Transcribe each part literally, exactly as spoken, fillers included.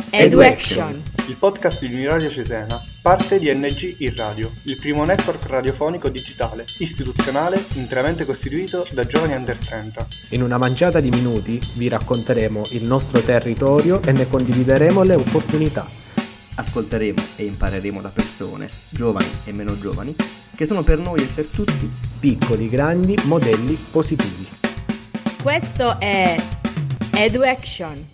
Edu-Action, il podcast di Uniradio Cesena, parte di N G in Radio, il primo network radiofonico digitale, istituzionale, interamente costituito da giovani under trenta. In una manciata di minuti vi racconteremo il nostro territorio e ne condivideremo le opportunità. Ascolteremo e impareremo da persone, giovani e meno giovani, che sono per noi e per tutti piccoli, grandi, modelli positivi. Questo è Edu-Action.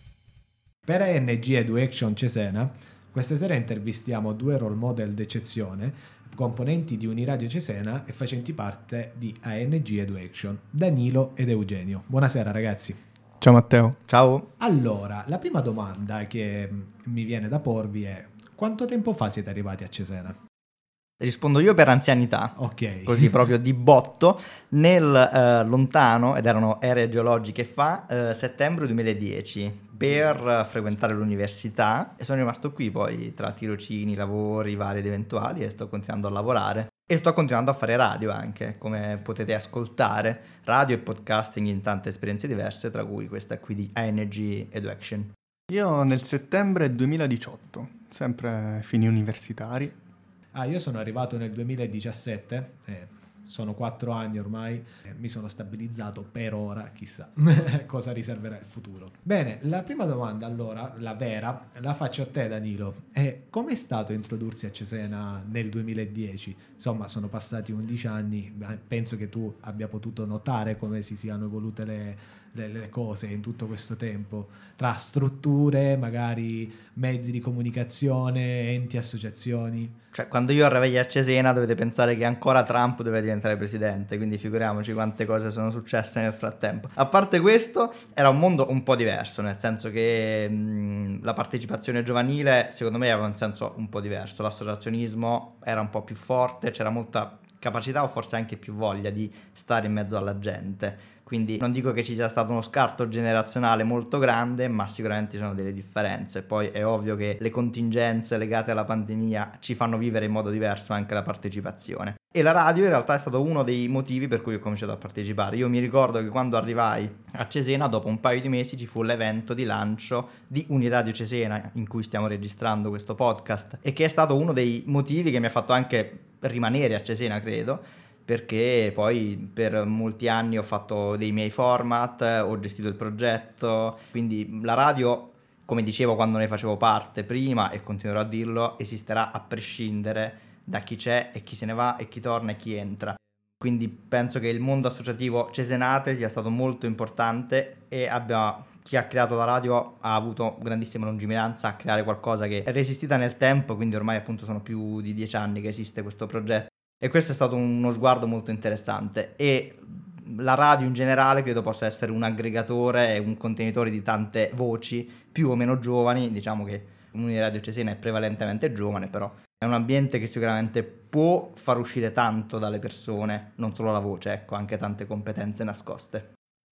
Per A N G Edu-Action Cesena, questa sera intervistiamo due role model d'eccezione, componenti di Uniradio Cesena e facenti parte di A N G Edu-Action, Danilo ed Eugenio. Buonasera ragazzi. Ciao Matteo. Ciao. Allora, la prima domanda che mi viene da porvi è: quanto tempo fa siete arrivati a Cesena? Rispondo io per anzianità, ok, così proprio di botto, nel eh, lontano, ed erano ere geologiche fa, eh, settembre duemiladieci, per frequentare l'università, e sono rimasto qui poi tra tirocini, lavori vari ed eventuali, e sto continuando a lavorare. E sto continuando a fare radio anche, come potete ascoltare, radio e podcasting in tante esperienze diverse, tra cui questa qui di A N G Edu-Action. Io nel settembre duemiladiciotto, sempre fini universitari. Ah, io sono arrivato nel duemiladiciassette, eh, sono quattro anni ormai, eh, mi sono stabilizzato per ora, chissà cosa riserverà il futuro. Bene, la prima domanda allora, la vera, la faccio a te Danilo. Eh, com'è stato introdursi a Cesena nel duemiladieci? Insomma, sono passati undici anni, penso che tu abbia potuto notare come si siano evolute le, le, le cose in tutto questo tempo, tra strutture, magari mezzi di comunicazione, enti, associazioni. Cioè, quando io arrivai a Cesena dovete pensare che ancora Trump doveva diventare presidente, quindi figuriamoci quante cose sono successe nel frattempo. A parte questo, era un mondo un po' diverso, nel senso che mh, la partecipazione giovanile, secondo me, aveva un senso un po' diverso. L'associazionismo era un po' più forte, c'era molta capacità o forse anche più voglia di stare in mezzo alla gente. Quindi non dico che ci sia stato uno scarto generazionale molto grande, ma sicuramente ci sono delle differenze. Poi è ovvio che le contingenze legate alla pandemia ci fanno vivere in modo diverso anche la partecipazione. E la radio in realtà è stato uno dei motivi per cui ho cominciato a partecipare. Io mi ricordo che quando arrivai a Cesena, dopo un paio di mesi, ci fu l'evento di lancio di Uniradio Cesena, in cui stiamo registrando questo podcast, e che è stato uno dei motivi che mi ha fatto anche rimanere a Cesena, credo, perché poi per molti anni ho fatto dei miei format, ho gestito il progetto, quindi la radio, come dicevo quando ne facevo parte prima e continuerò a dirlo, esisterà a prescindere da chi c'è e chi se ne va e chi torna e chi entra. Quindi penso che il mondo associativo cesenate sia stato molto importante e abbia, chi ha creato la radio ha avuto grandissima lungimiranza a creare qualcosa che è resistita nel tempo, quindi ormai appunto sono più di dieci anni che esiste questo progetto. E questo è stato uno sguardo molto interessante, e la radio in generale credo possa essere un aggregatore e un contenitore di tante voci più o meno giovani. Diciamo che Uniradio Cesena è prevalentemente giovane, però è un ambiente che sicuramente può far uscire tanto dalle persone, non solo la voce, ecco, anche tante competenze nascoste.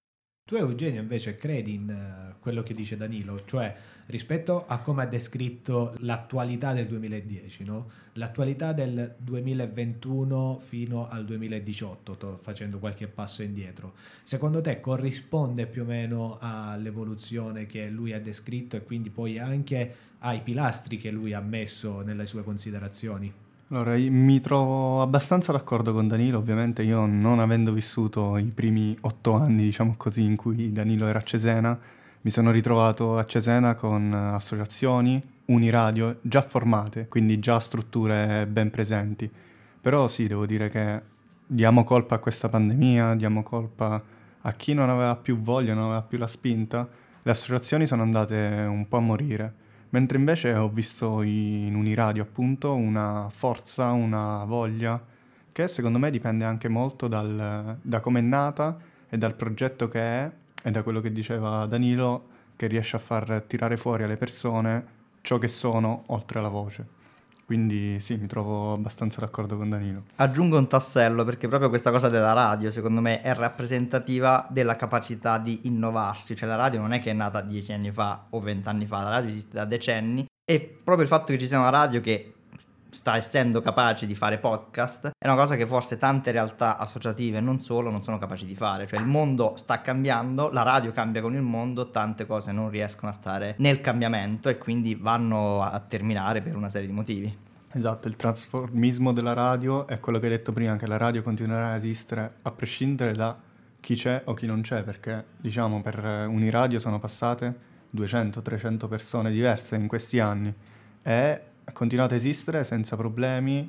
Tu Eugenio invece credi in uh, quello che dice Danilo, cioè rispetto a come ha descritto l'attualità del duemiladieci, no? L'attualità del duemilaventuno fino al duemiladiciotto, to, facendo qualche passo indietro, secondo te corrisponde più o meno all'evoluzione che lui ha descritto e quindi poi anche ai pilastri che lui ha messo nelle sue considerazioni? Allora, mi trovo abbastanza d'accordo con Danilo, ovviamente io non avendo vissuto i primi otto anni, diciamo così, in cui Danilo era a Cesena, mi sono ritrovato a Cesena con associazioni, Uniradio già formate, quindi già strutture ben presenti. Però sì, devo dire che diamo colpa a questa pandemia, diamo colpa a chi non aveva più voglia, non aveva più la spinta. Le associazioni sono andate un po' a morire. Mentre invece ho visto in Uniradio appunto una forza, una voglia che secondo me dipende anche molto dal, da come è nata e dal progetto che è e da quello che diceva Danilo, che riesce a far tirare fuori alle persone ciò che sono oltre alla voce. Quindi sì, mi trovo abbastanza d'accordo con Danilo. Aggiungo un tassello, perché proprio questa cosa della radio secondo me è rappresentativa della capacità di innovarsi. Cioè la radio non è che è nata dieci anni fa o vent'anni fa, la radio esiste da decenni, e proprio il fatto che ci sia una radio che sta essendo capace di fare podcast, è una cosa che forse tante realtà associative, non solo, non sono capaci di fare. Cioè il mondo sta cambiando, la radio cambia con il mondo, tante cose non riescono a stare nel cambiamento e quindi vanno a terminare per una serie di motivi. Esatto, il trasformismo della radio è quello che hai detto prima, che la radio continuerà a esistere a prescindere da chi c'è o chi non c'è, perché diciamo per Uniradio sono passate duecento trecento persone diverse in questi anni e ha continuato a esistere senza problemi,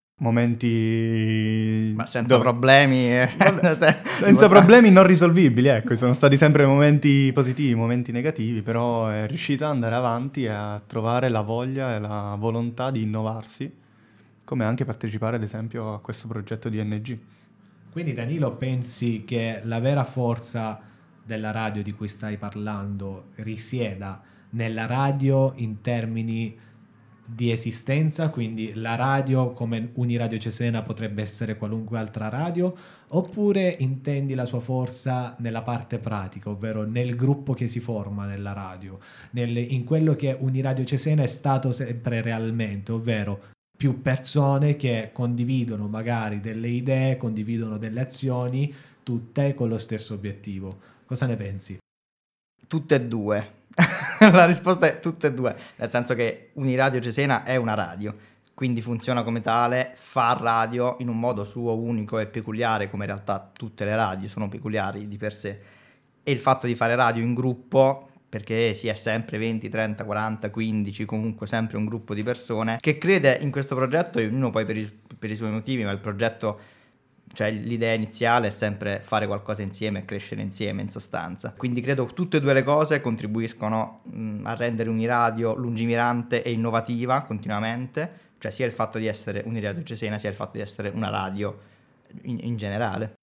momenti... Ma senza dove... problemi... Vabbè, senza problemi non risolvibili, ecco, sono stati sempre momenti positivi, momenti negativi, però è riuscita ad andare avanti e a trovare la voglia e la volontà di innovarsi, come anche partecipare ad esempio a questo progetto di N G. Quindi Danilo, pensi che la vera forza della radio di cui stai parlando risieda nella radio in termini di esistenza, quindi la radio come Uniradio Cesena potrebbe essere qualunque altra radio, oppure intendi la sua forza nella parte pratica, ovvero nel gruppo che si forma nella radio, nel, in quello che Uniradio Cesena è stato sempre realmente, ovvero più persone che condividono magari delle idee, condividono delle azioni, tutte con lo stesso obiettivo. Cosa ne pensi? Tutte e due. La risposta è tutte e due, nel senso che Uniradio Cesena è una radio, quindi funziona come tale, fa radio in un modo suo unico e peculiare, come in realtà tutte le radio sono peculiari di per sé, e il fatto di fare radio in gruppo, perché si è sempre venti, trenta, quaranta, quindici, comunque sempre un gruppo di persone che crede in questo progetto, e ognuno poi per i, per i suoi motivi, ma il progetto, cioè l'idea iniziale è sempre fare qualcosa insieme e crescere insieme in sostanza. Quindi credo che tutte e due le cose contribuiscono mh, a rendere Uniradio lungimirante e innovativa continuamente, cioè sia il fatto di essere Uniradio Cesena sia il fatto di essere una radio in, in generale.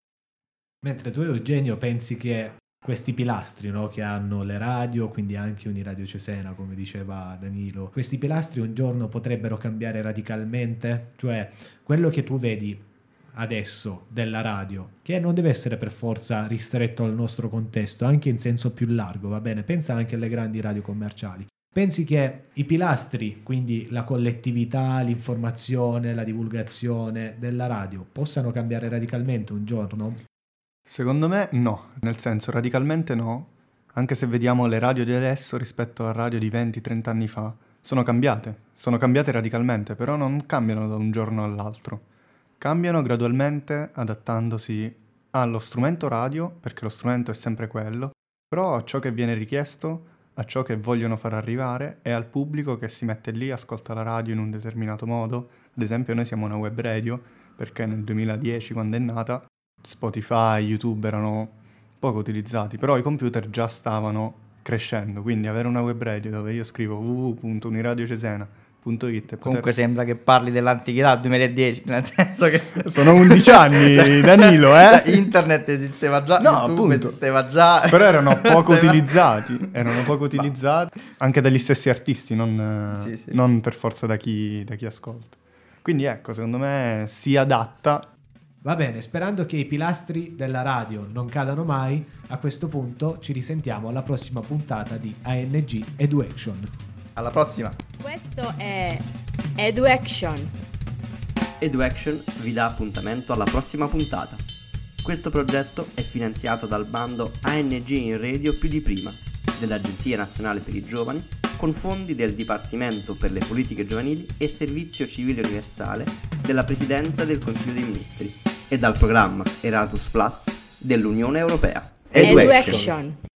Mentre tu, Eugenio, pensi che questi pilastri, no, che hanno le radio, quindi anche Uniradio Cesena, come diceva Danilo, questi pilastri un giorno potrebbero cambiare radicalmente? Cioè quello che tu vedi adesso della radio, che non deve essere per forza ristretto al nostro contesto, anche in senso più largo, va bene? Pensa anche alle grandi radio commerciali. Pensi che i pilastri, quindi la collettività, l'informazione, la divulgazione della radio, possano cambiare radicalmente un giorno? Secondo me no, nel senso radicalmente no, anche se vediamo le radio di adesso rispetto a radio di venti trenta anni fa, sono cambiate, sono cambiate radicalmente, però non cambiano da un giorno all'altro. Cambiano gradualmente adattandosi allo strumento radio, perché lo strumento è sempre quello, però a ciò che viene richiesto, a ciò che vogliono far arrivare e al pubblico che si mette lì, ascolta la radio in un determinato modo. Ad esempio noi siamo una web radio, perché nel duemiladieci, quando è nata, Spotify, YouTube erano poco utilizzati, però i computer già stavano crescendo, quindi avere una web radio dove io scrivo w w w punto uniradiocesena punto it poter... Comunque sembra che parli dell'antichità, del duemiladieci, nel senso che sono undici anni, Danilo, eh? Internet esisteva già, no, YouTube appunto. esisteva già, però erano poco utilizzati, erano poco utilizzati anche dagli stessi artisti, non, sì, sì. non per forza da chi, da chi ascolta. Quindi ecco, secondo me si adatta. Va bene, sperando che i pilastri della radio non cadano mai, a questo punto ci risentiamo alla prossima puntata di A N G Education. Alla prossima! Questo è Education. Education vi dà appuntamento alla prossima puntata. Questo progetto è finanziato dal bando A N G in Radio più di prima dell'Agenzia Nazionale per i Giovani, con fondi del Dipartimento per le Politiche Giovanili e Servizio Civile Universale della Presidenza del Consiglio dei Ministri e dal programma Erasmus Plus dell'Unione Europea. Education.